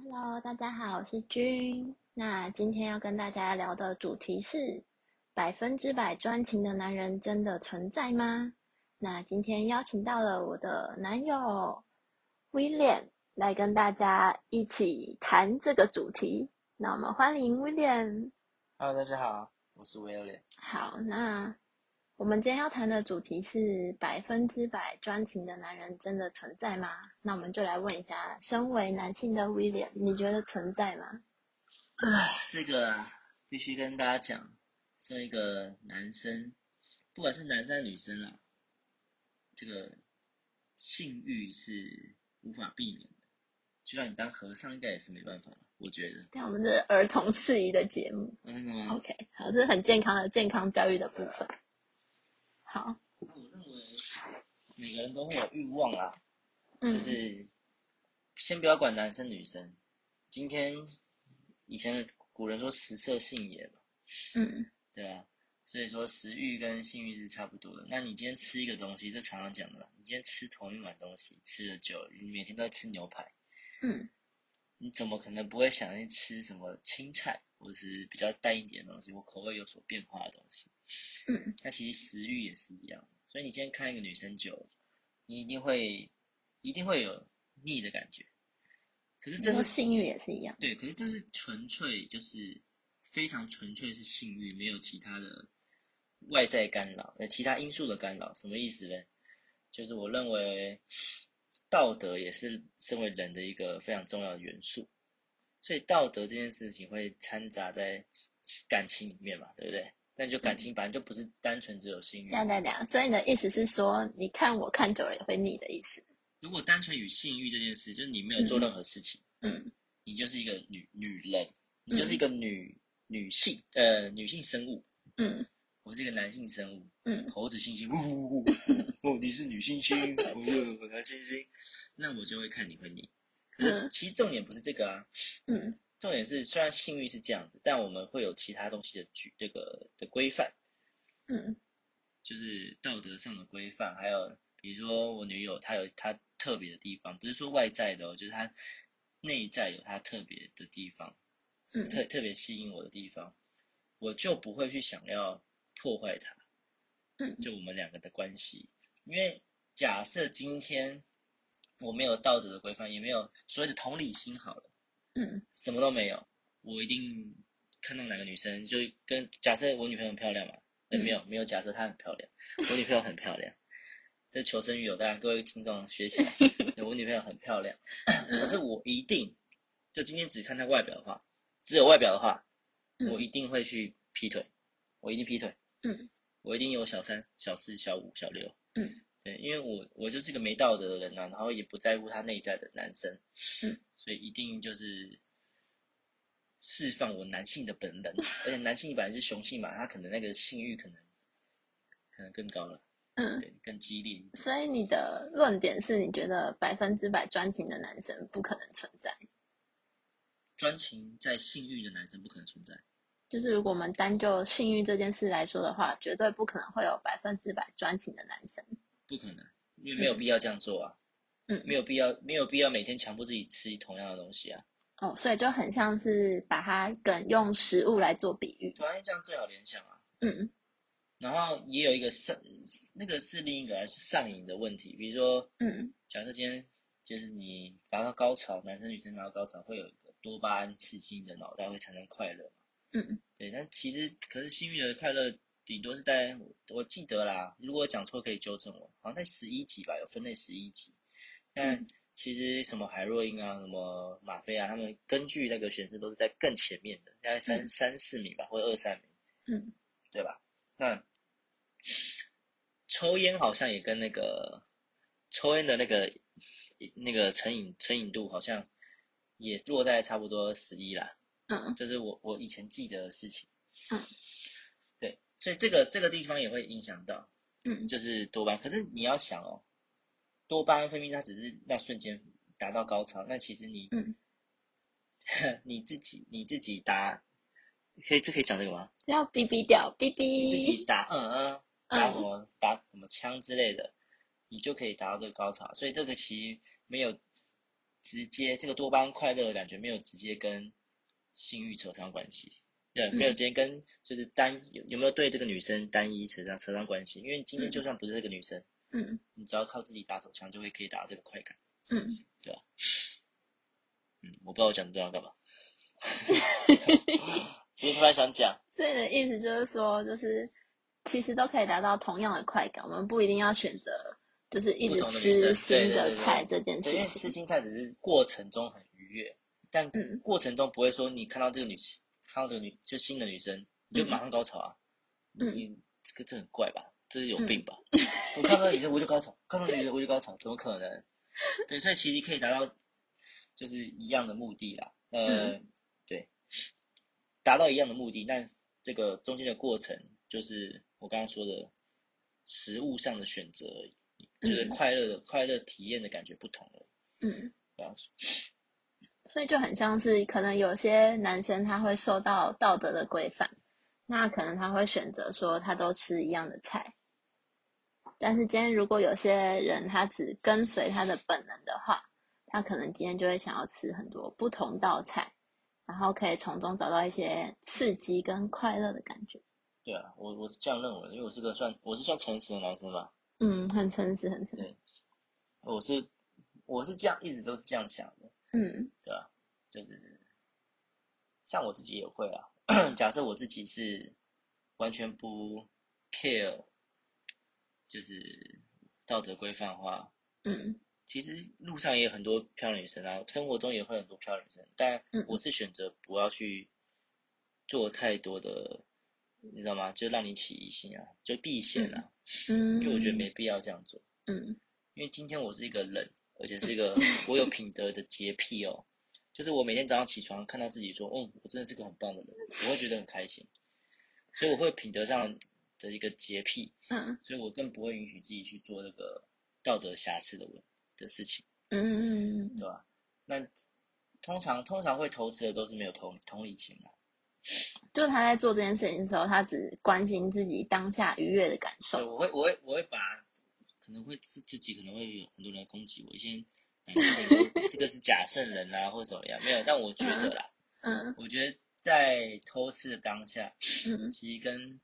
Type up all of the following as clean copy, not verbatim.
Hello，大家好，我是君。那今天要跟大家聊的主题是100%专情的男人真的存在吗？那今天邀请到了我的男友 William 来跟大家一起谈这个主题。那我们欢迎 William。 Hello，大家好，我是威廉。 好，那我们今天要谈的主题是100%专情的男人真的存在吗？那我们就来问一下，身为男性的 William，你觉得存在吗？ 这个必须跟大家讲，作为一个男生，不管是男生还是女生啊，这个性欲是无法避免的。就算你当和尚，应该也是没办法，我觉得。 但我们是儿童适宜的节目真的吗？ ，OK，好，这是很健康的健康教育的部分。好， 那我认为每个人都会有欲望啦，就嗯是先不要管男生女生。今天以前古人说食色性也嘛， 嗯， 对啊，所以说食欲跟性欲是差不多的。那你今天吃一个东西，这常常讲的啦，你今天吃同一碗东西，吃了久了，你每天都在吃牛排， 嗯， 你怎么可能不会想去吃什么青菜，或者是比较淡一点的东西，或口味有所变化的东西？ 嗯， 那其实食欲也是一样的。所以你今天看一个女生久了，你一定会有腻的感觉。可是你说这是性欲也是一样， 对，可是这是纯粹就是非常纯粹是性欲，没有其他的外在干扰，其他因素的干扰。什么意思呢？就是我认为道德也是身为人的一个非常重要的元素，所以道德这件事情会掺杂在感情里面嘛，对不对？那就感嗯， 情本来就不是单纯只有性欲嘛。 这样在讲，所以你的意思是说，你看我看久了也会腻的意思？ 如果单纯与性欲这件事，就是你没有做嗯任何事情， 嗯你就是一个女人，你就是一嗯个女性女性生物， 嗯我是一个男性生物， 嗯猴子猩猩，呜呜呜，哦，你是女猩猩，我男猩猩，那我就会看你会腻。可是嗯其实重点不是这个啊， 嗯重点是虽然性欲是这样子，但我们会有其他东西的这个规范， 嗯就是道德上的规范，还有比如说我女友她有她特别的地方，不是说外在的哦，就是她内在有她特别的地方， 嗯特别吸引我的地方，我就不会去想要破坏它。 嗯就我们两个的关系。因为假设今天我没有道德的规范，也没有所谓的同理心，好了， 嗯什么都没有，我一定看到哪个女生，就跟假设我女朋友很漂亮嘛，没有假设她很漂亮，我女朋友很漂亮，这求生欲有大家各位听众学起来。我女朋友很漂亮，可是嗯我一定就今天只看她外表的话，只有外表的话，我嗯一定会去劈腿，我一定劈腿， 嗯我一定有小三、小四、小五、小六。 嗯对，因为我就是一个没道德的人啊，然后也不在乎他内在的男生， 嗯所以一定就是释放我男性的本能，而且男性本来是雄性嘛，他可能那个性欲可能更高了， 嗯， 对，更激烈一点。 所以你的论点是你觉得100%专情的男生不可能存在， 专情在性欲的男生不可能存在， 就是如果我们单就性欲这件事来说的话，绝对不可能会有100%专情的男生。 不可能，因为没有嗯必要这样做啊，没嗯， 有必要，没有必要每天强迫自己吃同样的东西啊。 哦，所以就很像是把它跟用食物来做比喻。 对啊，因为这样最好联想啊。 嗯然后也有一个那个是另一个是上瘾的问题，比如说， 嗯假设今天就是你达到高潮，男生女生达到高潮会有一个多巴胺刺激你的脑袋，会产生快乐嘛？ 嗯对，但其实可是幸运的快乐顶多是在我记得啦，如果讲错可以纠正我，好像在11集吧，有分类11集。但嗯其实什么海洛因啊，什么吗啡啊，他们根据那个选择都是在更前面的，大概嗯三四名吧，或者2、3名， 嗯对吧？那抽烟好像也跟那个抽烟的那个成瘾度好像也落在差不多11啦， 嗯这是我以前记得的事情。 嗯对，所以这个地方也会影响到， 嗯就是多巴胺。可是你要想哦，多巴胺分泌它只是那瞬间达到高潮，那其实你嗯， 你自己打，这可以讲这个吗？ 要哔哔掉，哔你自己哔。 打嗯打什么枪之类的，你就可以达到这个高潮。所以这个其实没有直接这个多巴胺快乐的感觉没有直接跟性欲扯上关系，对，没有直接跟就是有没有对这个女生单一扯上关系，因为今天就算不是这个女生，你只要靠自己打手枪就会可以达到这个快感，对吧？我不知道我讲这段要干嘛，只是突然想讲， 所以的意思就是说，就是其实都可以达到同样的快感，我们不一定要选择就是一直吃新的菜这件事情。 因为吃新菜只是过程中很愉悦，但过程中不会说你看到这个就新的女生，你就马上高潮啊。你这很怪吧？这是有病吧？我看到女生我就高潮，看到女生我就高潮，怎么可能？对，所以其实可以达到就是一样的目的啦。对，达到一样的目的，但这个中间的过程就是我刚刚说的食物上的选择而已，就是快乐体验的感觉不同了。对啊。 所以就很像是可能有些男生他会受到道德的规范，那可能他会选择说他都吃一样的菜。但是今天如果有些人他只跟随他的本能的话，他可能今天就会想要吃很多不同道菜，然后可以从中找到一些刺激跟快乐的感觉。 对啊，我是这样认为的，因为我是算诚实的男生嘛。 很诚实，很诚实。 对，我是这样，一直都是这样想的。对啊，就是像我自己也会啊。假设我自己是完全不 care，就是道德规范的话，其实路上也有很多漂亮女生啊，生活中也会很多漂亮女生，但我是选择不要去做太多的，你知道吗？就让你起疑心啊，就避嫌啊。因为我觉得没必要这样做。因为今天我是一个人，而且是一个我有品德的洁癖哦。就是我每天早上起床看到自己说，我真的是个很棒的人，我会觉得很开心。所以我会品德上的一个洁癖，所以我更不会允许自己去做那个道德瑕疵的事情，对吧？那通常会偷吃的都是没有同理心啊。 就是他在做这件事情的时候，他只关心自己当下愉悦的感受。 对，我会把可能会是自己可能会有很多人攻击我，一些男性这个是假圣人啊，或者怎么样，没有。但我觉得啦，我觉得在偷吃的当下，其实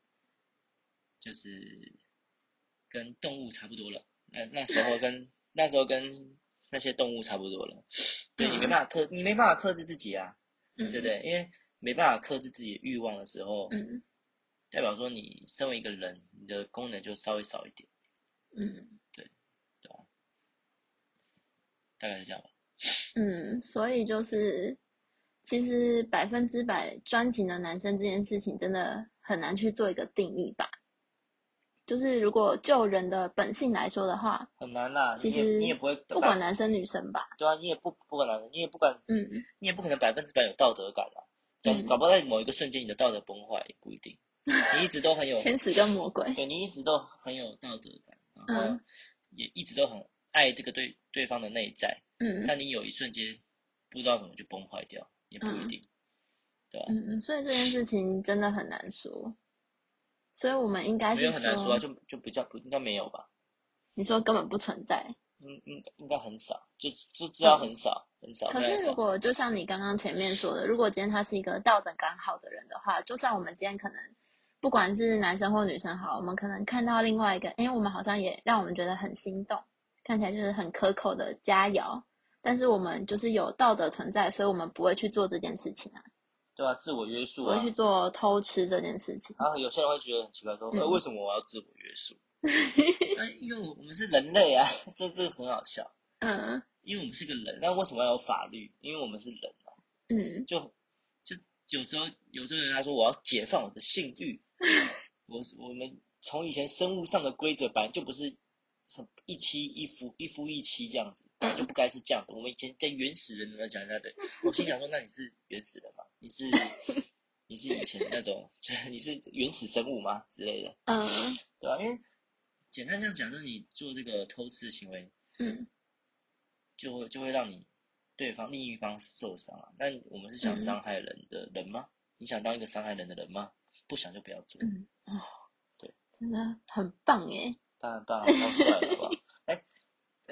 跟动物差不多了。那时候跟那些动物差不多了。对，你没办法克制自己啊，对不对？因为没办法克制自己的欲望的时候，代表说你身为一个人，你的功能就稍微少一点。对啊，大概是这样吧。 所以就是其实100%专情的男生这件事情真的很难去做一个定义吧。就是如果就人的本性来说的话， 很难啦。 其实你也不会不管男生女生吧。 对啊，你也不管男生，你也不管，你也不可能100%有道德感啦。搞不好在某一个瞬间你的道德崩坏也不一定。你一直都很有天使跟魔鬼。 对，你一直都很有道德感，然后也一直都很爱这个对方的内在。但你有一瞬间不知道怎么就崩坏掉，也不一定，对吧？ 所以这件事情真的很难说。所以我们应该是没有很难说啊，就不应该没有吧？ 你说根本不存在。 应该很少，就知道很少很少。 可是如果就像你刚刚前面说的，如果今天他是一个道德感好的人的话，就算我们今天可能不管是男生或女生好，我们可能看到另外一个，我们好像也让我们觉得很心动，看起来就是很可口的佳肴，但是我们就是有道德存在，所以我们不会去做这件事情啊。 对啊，自我约束啊， 不会去做偷吃这件事情。 然后有些人会觉得很奇怪，说，为什么我要自我约束？因为我们是人类啊，这很好笑。因为我们是个人，那为什么要有法律？因为我们是人啊。就有时候人他说我要解放我的性欲，我们从以前生物上的规则本来就不是什么一夫一妻这样子，本来就不该是这样的。我们以前在原始人来讲一下，对，我心想说，那你是原始人吗？你是以前那种，你是原始生物吗之类的？对吧？因为简单这样讲，就是你做这个偷吃的行为，就会让你另一方受伤啊。但我们是想伤害人的人吗？你想当一个伤害人的人吗？不想就不要做。对， 真的很棒耶！ 当然超帅了，好不好？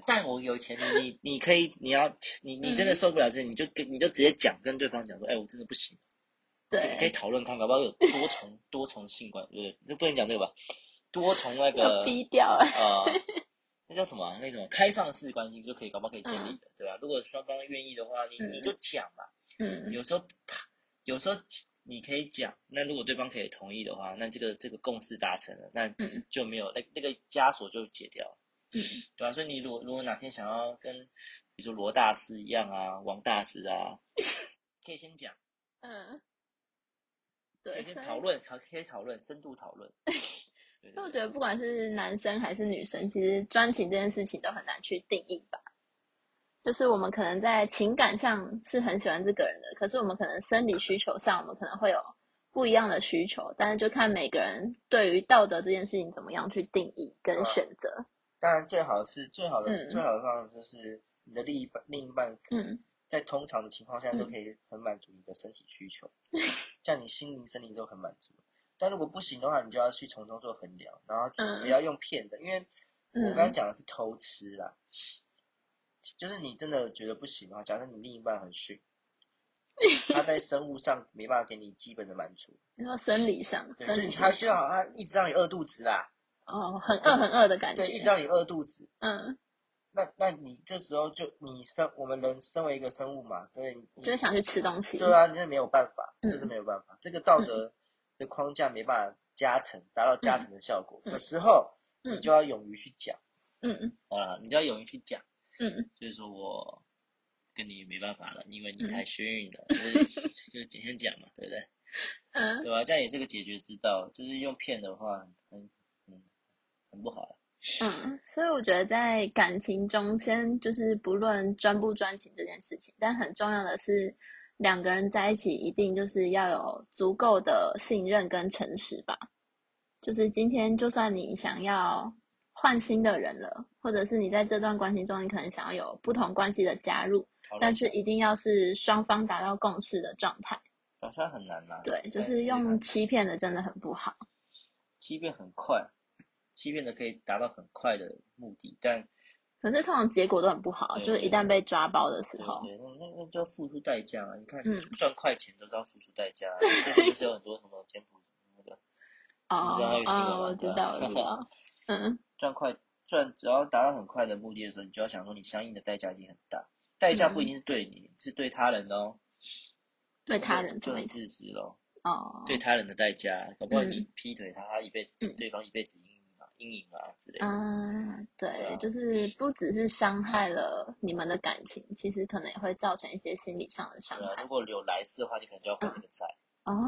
但我有钱，你可以，你真的受不了这，你就直接讲，跟对方讲说，哎，我真的不行。可以对， 讨论看，搞不好有多重性关，对不对？那不能讲这个吧？多重那要个逼掉了。 那叫什么、啊？那种开放式关系就可以，搞不好可以建立嗯的，对吧？如果双方愿意的话，你就讲嘛。 嗯有时候你可以讲，那如果对方可以同意的话，那这个共识达成了，那嗯就没有那个枷锁就解掉了， 嗯对吧？所以你如果哪天想要跟比如说罗大师一样啊，王大师啊，可以先讲， 嗯，对， 可以先讨论，可以讨论，深度讨论。对对对， 所以我觉得不管是男生还是女生，其实专情这件事情都很难去定义吧。就是我们可能在情感上是很喜欢这个人的，可是我们可能生理需求上，我们可能会有不一样的需求，但是就看每个人对于道德这件事情怎么样去定义跟选择。 当然最好是最好的嗯方式就是你的另一半嗯在通常的情况下都嗯可以很满足你的身体需求，这样你心灵生理都很满足。但如果不行的话，你就要去从中做衡量，然后就不嗯要用骗的，因为我刚才嗯讲的是偷吃啦，就是你真的觉得不行的话，假设你另一半很逊，他在生物上没办法给你基本的满足， 然后生理上， 对， 生理需求， 他就好他一直让你饿肚子啦， 哦，很可是饿很饿的感对，一直觉。 让你饿肚子， 嗯， 那你这时候就我们人身为一个生物嘛，对， 就是想去吃东西。 对啊，你这没有办法，这是嗯没有办法，这个道嗯德的框架没办法达到加嗯成的效果的嗯时候，你就嗯要勇于去讲嗯啊，你就要勇于去讲， 嗯就是说我跟你没办法了，因为你太嗯幸运了，就是先讲嘛，对不对？ 嗯对吧？这样也是个解决之道，就是用骗的话很不好了。 嗯，所以我觉得在感情中，先就是不论专不专情这件事情，但很重要的是两个人在一起一定就是要有足够的信任跟诚实吧。就是今天就算你想要换新的人了，或者是你在这段关系中，你可能想要有不同关系的加入，但是一定要是双方达到共识的状态。 好像很难呐、 对，就是用欺骗的真的很不好。 欺骗很快，欺骗的可以达到很快的目的，但可是通常结果都很不好，就是一旦被抓包的时候， 对，那就要付出代价啊！你看， 嗯， 赚快钱都是要付出代价、啊。最近不是有很多什么柬埔那个，你知道那个新闻吗？ 我知道，我知道，嗯， 只要达到很快的目的的时候，你就要想说你相应的代价一定很大，代价不一定是对你，是对他人哦。 对他人就很自私咯。 哦， 对他人的代价，搞不好你劈腿他一辈子，对方一辈子阴影啊之类的。 对，就是不只是伤害了你们的感情，其实可能也会造成一些心理上的伤害。 如果有来世的话，你可能就要还这个债。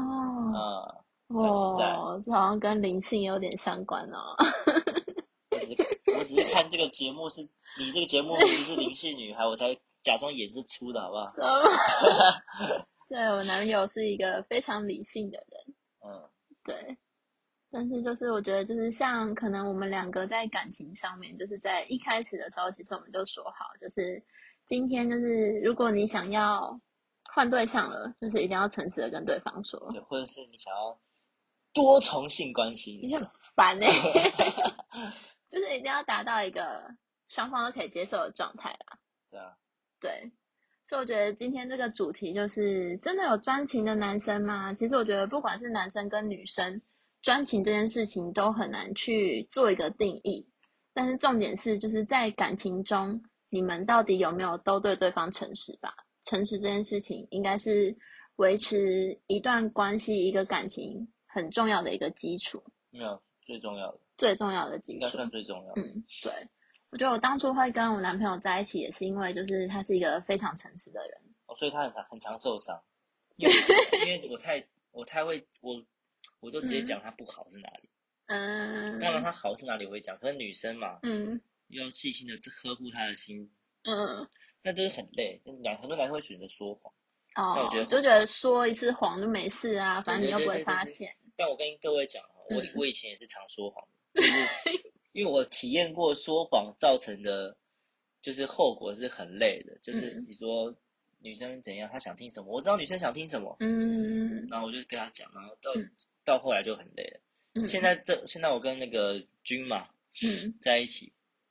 这好像跟灵性有点相关哦。 我只是看这个节目是，你这个节目不是灵性女孩，我才假装演是出的好不好？ 对，我男友是一个非常理性的人。对。但是就是我觉得就是像可能我们两个在感情上面，就是在一开始的时候，其实我们就说好，就是今天就是如果你想要换对象了，就是一定要诚实的跟对方说。 对，或者是你想要多重性关系， 你很烦就是一定要达到一个双方都可以接受的状态啦。 对啊。 对。所以我觉得今天这个主题就是真的有专情的男生吗？其实我觉得不管是男生跟女生，专情这件事情都很难去做一个定义。但是重点是就是在感情中，你们到底有没有都对对方诚实吧？诚实这件事情应该是维持一段关系、一个感情很重要的一个基础。 没有，最重要的基础，应该算最重要的。 对。我觉得我当初会跟我男朋友在一起，也是因为就是他是一个非常诚实的人。 所以他很常受伤，因为我太会我都直接讲他不好是哪里。当然他好是哪里我会讲，可是女生嘛，要细心的呵护他的心，那就是很累。很多男生会选择说谎。但我就觉得说一次谎就没事啊，反正你又不会发现。 但我跟各位讲，我以前也是常说谎的，就是因为我体验过说谎造成的，就是后果是很累的。就是你说女生怎样，她想听什么，我知道女生想听什么，然后我就跟她讲，然后到后来就很累了。现在我跟那个君嘛，在一起，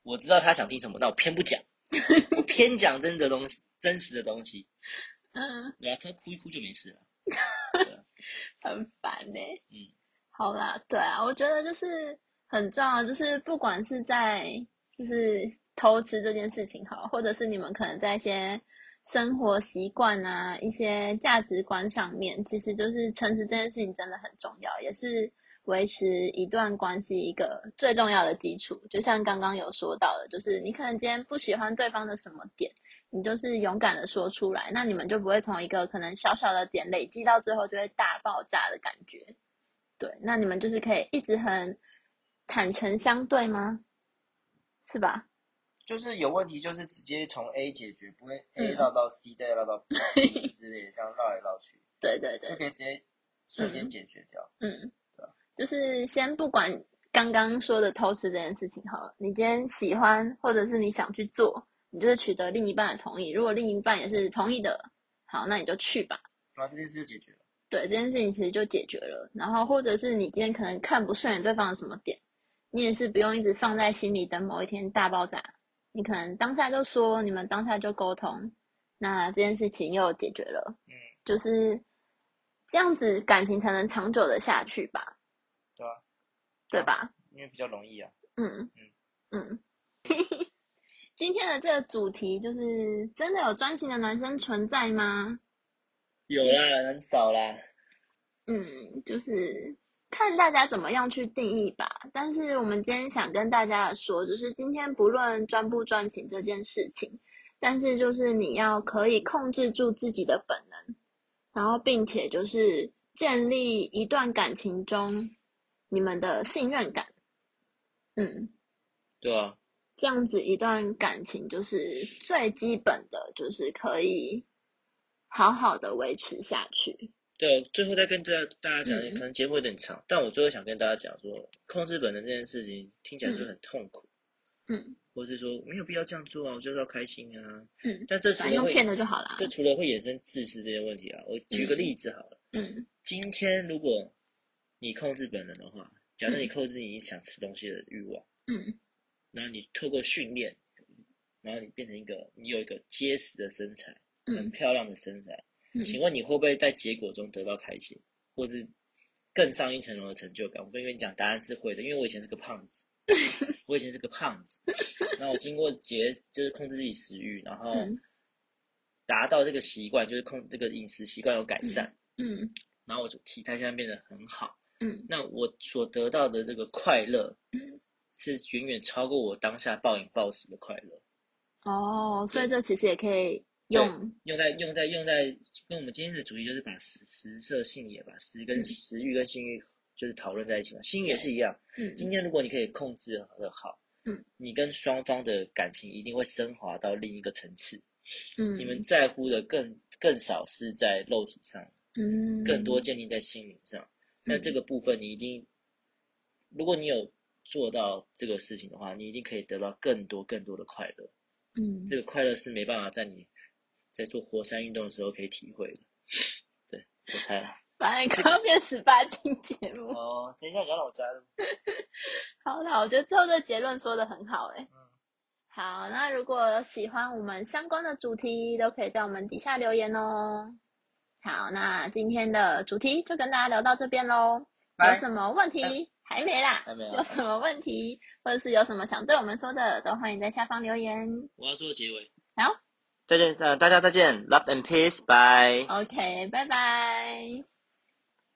我知道他想听什么，那我偏不讲，我偏讲真实的东西，对啊，他哭一哭就没事了，对啊， 很烦好啦，对啊，我觉得就是很重要，就是不管是在就是偷吃这件事情好，或者是你们可能在一些生活习惯啊、一些价值观上面，其实就是诚实这件事情真的很重要，也是维持一段关系一个最重要的基础。就像刚刚有说到的，就是你可能今天不喜欢对方的什么点，你就是勇敢的说出来，那你们就不会从一个可能小小的点累积到最后就会大爆炸的感觉。对，那你们就是可以一直很坦诚相对吗？是吧？ 就是有问题就是直接从 A 解决，不会 A 绕到 C 再绕到 B 之类的，这样绕来绕去， 对对对， 就可以直接瞬间解决掉。 就是先不管刚刚说的偷吃这件事情好了，你今天喜欢或者是你想去做，你就是取得另一半的同意，如果另一半也是同意的，好，那你就去吧。 然后这件事就解决了。 对，这件事情其实就解决了。然后或者是你今天可能看不顺眼对方的什么点，你也是不用一直放在心里，等某一天大爆炸。你可能当下就说，你们当下就沟通，那这件事情又解决了。就是这样子，感情才能长久的下去吧， 对啊， 对吧？ 因为比较容易啊。 今天的这个主题就是真的有专情的男生存在吗？ 有啦，很少啦。 就是看大家怎么样去定义吧。但是我们今天想跟大家说，就是今天不论专不专情这件事情，但是就是你要可以控制住自己的本能，然后并且就是建立一段感情中你们的信任感。 对啊， 这样子一段感情就是最基本的，就是可以好好的维持下去。 对，最后再跟大家讲，可能节目有点长，但我最后想跟大家讲说，控制本能这件事情听起来就很痛苦，或是说没有必要这样做啊，我就是要开心啊，但这除了用骗的就好啦。 这除了会衍生自私这些问题啊，我举个例子好了，今天如果你控制本能的话，假设你控制你想吃东西的欲望，然后你透过训练，然后你变成你有一个结实的身材，很漂亮的身材。请问你会不会在结果中得到开心，或是更上一层楼的成就感？我跟你讲，答案是会的，因为我以前是个胖子，然后我经过就是控制自己食欲，然后达到这个习惯，就是这个饮食习惯有改善，然后我就体态现在变得很好，那我所得到的这个快乐，是远远超过我当下暴饮暴食的快乐。 所以这其实也可以用在，跟我们今天的主题就是把食色性也把食欲跟性欲就是讨论在一起嘛，性欲也是一样。今天如果你可以控制的好，你跟双方的感情一定会升华到另一个层次。你们在乎的更少是在肉体上，更多建立在心灵上。那这个部分你一定，如果你有做到这个事情的话，你一定可以得到更多的快乐。这个快乐是没办法在你在做活塞运动的时候可以体会的。对，我猜了。 反正刚刚变18禁节目。 等一下你要让我加入。 好啦，我觉得最后这结论说的很好好，那如果喜欢我们相关的主题，都可以在我们底下留言哦。好，那今天的主题就跟大家聊到这边咯。有什么问题？还没啦。有什么问题，或者是有什么想对我们说的，都欢迎在下方留言。 我要做结尾。 好， 再见，大家再见 ，Love and peace，bye。 OK，拜拜。